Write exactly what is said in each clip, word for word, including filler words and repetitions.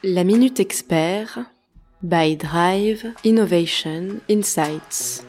La Minute Expert by Drive Innovation Insights.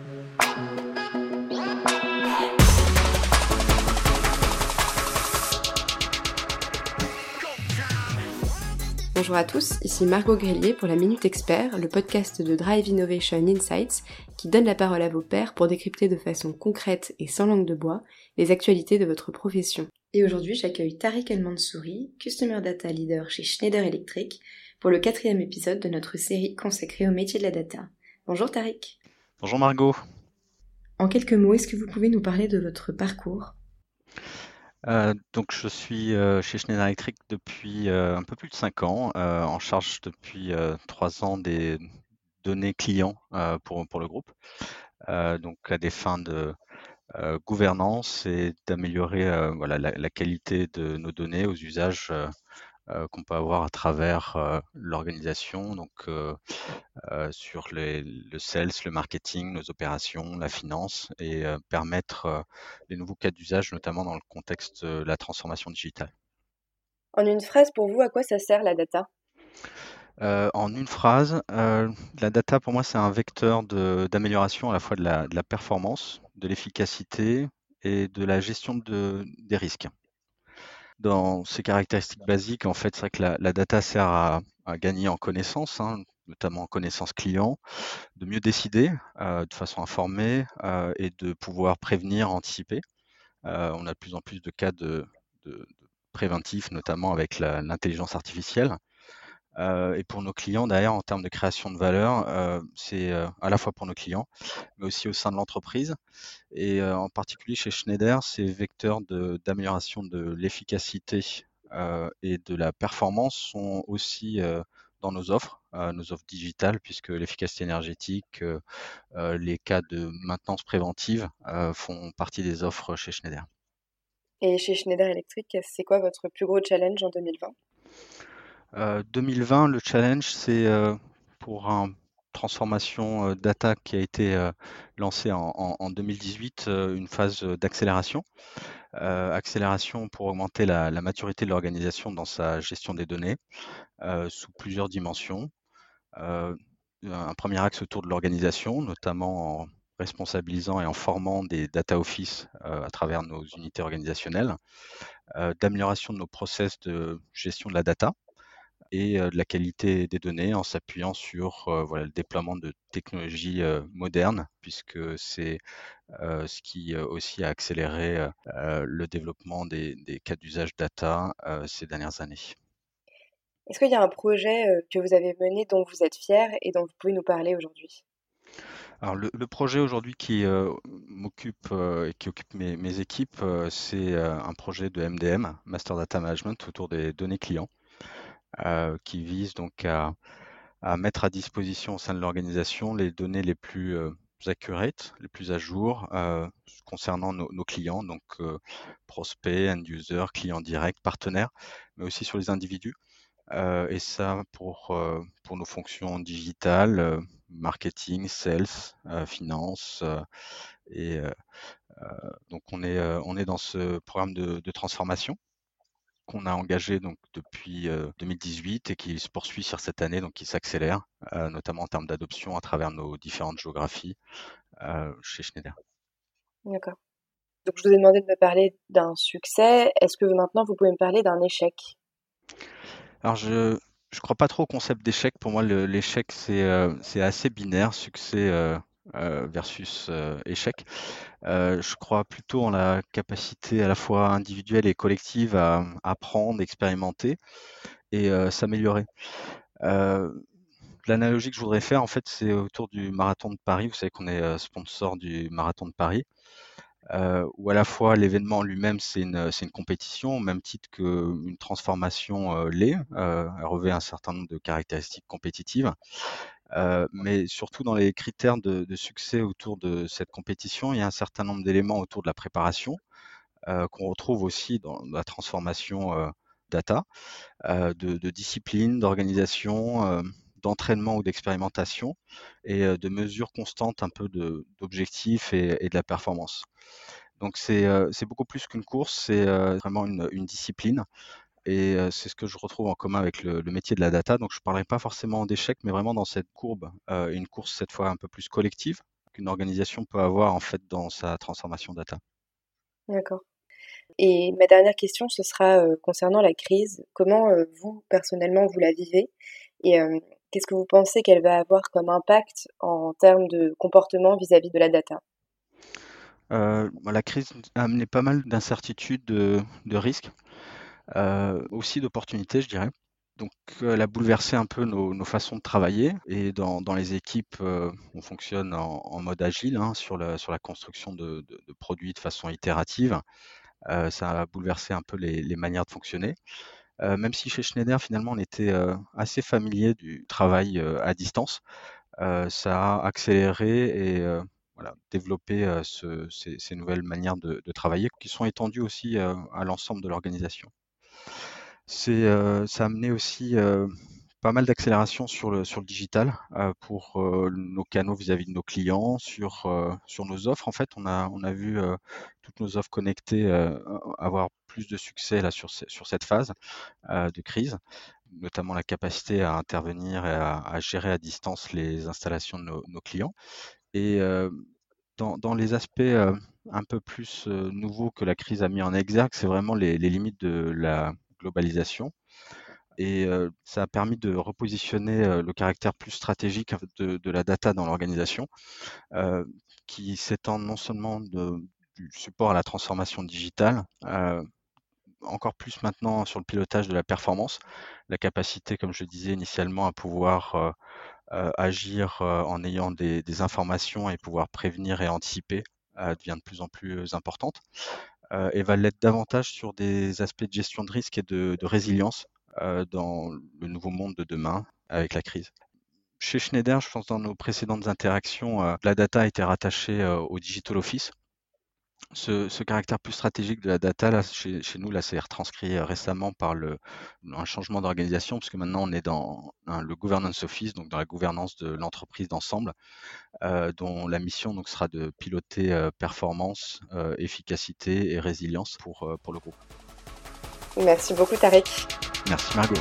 Bonjour à tous, ici Margot Grélier pour la Minute Expert, le podcast de Drive Innovation Insights qui donne la parole à vos pairs pour décrypter de façon concrète et sans langue de bois les actualités de votre profession. Et aujourd'hui, j'accueille Tariq El-Mansouri, Customer Data Leader chez Schneider Electric, pour le quatrième épisode de notre série consacrée au métier de la data. Bonjour Tariq. Bonjour Margot. En quelques mots, est-ce que vous pouvez nous parler de votre parcours ? Euh, donc je suis euh, chez Schneider Electric depuis euh, un peu plus de cinq ans, euh, en charge depuis euh, trois ans des données clients euh, pour, pour le groupe, euh, donc à des fins de euh, gouvernance et d'améliorer euh, voilà, la, la qualité de nos données aux usages euh, euh, qu'on peut avoir à travers euh, l'organisation, donc euh, euh, sur les, le sales, le marketing, nos opérations, la finance et euh, permettre euh, les nouveaux cas d'usage, notamment dans le contexte de la transformation digitale. En une phrase, pour vous, à quoi ça sert la data ? Euh, en une phrase, euh, la data pour moi c'est un vecteur de, d'amélioration à la fois de la, de la performance, de l'efficacité et de la gestion de, des risques. Dans ces caractéristiques basiques, en fait, c'est vrai que la, la data sert à, à gagner en connaissances, hein, notamment en connaissances clients, de mieux décider euh, de façon informée euh, et de pouvoir prévenir, anticiper. Euh, on a de plus en plus de cas de, de, de préventifs, notamment avec la, l'intelligence artificielle. Euh, et pour nos clients, d'ailleurs, en termes de création de valeur, euh, c'est euh, à la fois pour nos clients, mais aussi au sein de l'entreprise. Et euh, en particulier chez Schneider, ces vecteurs de, d'amélioration de l'efficacité euh, et de la performance sont aussi euh, dans nos offres, euh, nos offres digitales, puisque l'efficacité énergétique, euh, euh, les cas de maintenance préventive euh, font partie des offres chez Schneider. Et chez Schneider Electric, c'est quoi votre plus gros challenge en deux mille vingt ? Euh, deux mille vingt, le challenge, c'est euh, pour un transformation euh, data qui a été euh, lancée en, en, en deux mille dix-huit, euh, une phase d'accélération. Euh, accélération pour augmenter la, la maturité de l'organisation dans sa gestion des données euh, sous plusieurs dimensions. Euh, un premier axe autour de l'organisation, notamment en responsabilisant et en formant des data office euh, à travers nos unités organisationnelles, euh, d'amélioration de nos process de gestion de la data et euh, de la qualité des données en s'appuyant sur euh, voilà, le déploiement de technologies euh, modernes, puisque c'est euh, ce qui euh, aussi a accéléré euh, le développement des, des cas d'usage data euh, ces dernières années. Est-ce qu'il y a un projet euh, que vous avez mené dont vous êtes fier et dont vous pouvez nous parler aujourd'hui ? Alors le, le projet aujourd'hui qui euh, m'occupe euh, et qui occupe mes, mes équipes, euh, c'est euh, un projet de M D M, Master Data Management, autour des données clients, euh, qui vise donc à, à mettre à disposition au sein de l'organisation les données les plus euh, accurate, les plus à jour euh, concernant nos, nos clients, donc euh, prospects, end-users, clients directs, partenaires, mais aussi sur les individus. Euh, et ça pour, euh, pour nos fonctions digitales, euh, marketing, sales, euh, finance. Euh, et euh, donc on est, euh, on est dans ce programme de, de transformation qu'on a engagé donc depuis euh, deux mille dix-huit et qui se poursuit sur cette année, donc qui s'accélère, euh, notamment en termes d'adoption à travers nos différentes géographies euh, chez Schneider. D'accord. Donc je vous ai demandé de me parler d'un succès. Est-ce que maintenant vous pouvez me parler d'un échec ? Alors je je crois pas trop au concept d'échec. Pour moi, le- l'échec c'est euh, c'est assez binaire, succès euh, euh, versus euh, échec. Euh, je crois plutôt en la capacité à la fois individuelle et collective à à apprendre, expérimenter et euh, s'améliorer. Euh, L'analogie que je voudrais faire, en fait, c'est autour du marathon de Paris. Vous savez qu'on est euh, sponsor du marathon de Paris, euh, où à la fois l'événement lui-même, c'est une, c'est une compétition, au même titre qu'une transformation euh, l'est. Euh, elle revêt un certain nombre de caractéristiques compétitives. Euh, mais surtout dans les critères de, de succès autour de cette compétition, il y a un certain nombre d'éléments autour de la préparation euh, qu'on retrouve aussi dans la transformation euh, data, euh, de, de discipline, d'organisation, euh, d'entraînement ou d'expérimentation et euh, de mesures constantes un peu de, d'objectifs et, et de la performance. Donc c'est euh, c'est beaucoup plus qu'une course, c'est euh, vraiment une, une discipline Et euh, c'est ce que je retrouve en commun avec le, le métier de la data. Donc je ne parlerai pas forcément d'échec, mais vraiment dans cette courbe, euh, une course cette fois un peu plus collective qu'une organisation peut avoir en fait dans sa transformation data. D'accord. Et ma dernière question, ce sera euh, concernant la crise. Comment euh, vous, personnellement, vous la vivez et euh, qu'est-ce que vous pensez qu'elle va avoir comme impact en termes de comportement vis-à-vis de la data? Euh, la crise a amené pas mal d'incertitudes, de, de risques, euh, aussi d'opportunités, je dirais. Donc, euh, elle a bouleversé un peu nos, nos façons de travailler. Et dans, dans les équipes, euh, on fonctionne en, en mode agile hein, sur, la, sur la construction de, de, de produits de façon itérative. Euh, ça a bouleversé un peu les, les manières de fonctionner. Euh, même si chez Schneider, finalement, on était euh, assez familier du travail euh, à distance, euh, ça a accéléré et euh, voilà, développé euh, ce, ces, ces nouvelles manières de, de travailler qui sont étendues aussi euh, à l'ensemble de l'organisation. C'est, euh, ça a amené aussi euh, pas mal d'accélération sur le, sur le digital euh, pour euh, nos canaux vis-à-vis de nos clients, sur, euh, sur nos offres. En fait, on a, on a vu euh, toutes nos offres connectées euh, avoir plus de succès là, sur, ce- sur cette phase euh, de crise, notamment la capacité à intervenir et à, à gérer à distance les installations de nos, nos clients. Et euh, dans, dans les aspects euh, un peu plus euh, nouveaux que la crise a mis en exergue, c'est vraiment les, les limites de la globalisation. Et euh, ça a permis de repositionner euh, le caractère plus stratégique de, de la data dans l'organisation, euh, qui s'étend non seulement de, du support à la transformation digitale, euh, encore plus maintenant sur le pilotage de la performance, la capacité, comme je disais initialement, à pouvoir euh, euh, agir euh, en ayant des, des informations et pouvoir prévenir et anticiper euh, devient de plus en plus importante euh, et va l'être davantage sur des aspects de gestion de risque et de, de résilience euh, dans le nouveau monde de demain avec la crise. Chez Schneider, je pense dans nos précédentes interactions, euh, la data a été rattachée euh, au Digital Office. Ce, ce caractère plus stratégique de la data, là, chez, chez nous, là, c'est retranscrit euh, récemment par le, un changement d'organisation, parce que maintenant on est dans hein, le Governance Office, donc dans la gouvernance de l'entreprise d'ensemble, euh, dont la mission donc, sera de piloter euh, performance, euh, efficacité et résilience pour, euh, pour le groupe. Merci beaucoup, Tarek. Merci Margot.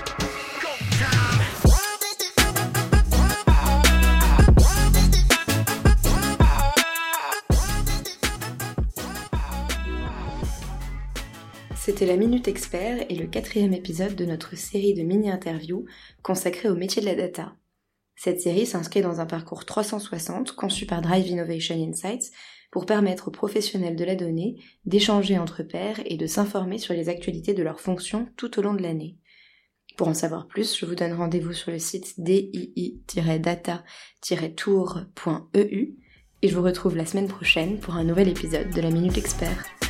C'était la Minute Expert et le quatrième épisode de notre série de mini-interviews consacrée au métier de la data. Cette série s'inscrit dans un parcours trois cent soixante conçu par Drive Innovation Insights pour permettre aux professionnels de la donnée d'échanger entre pairs et de s'informer sur les actualités de leurs fonctions tout au long de l'année. Pour en savoir plus, je vous donne rendez-vous sur le site d i i tiret data tiret tour point e u et je vous retrouve la semaine prochaine pour un nouvel épisode de la Minute Expert.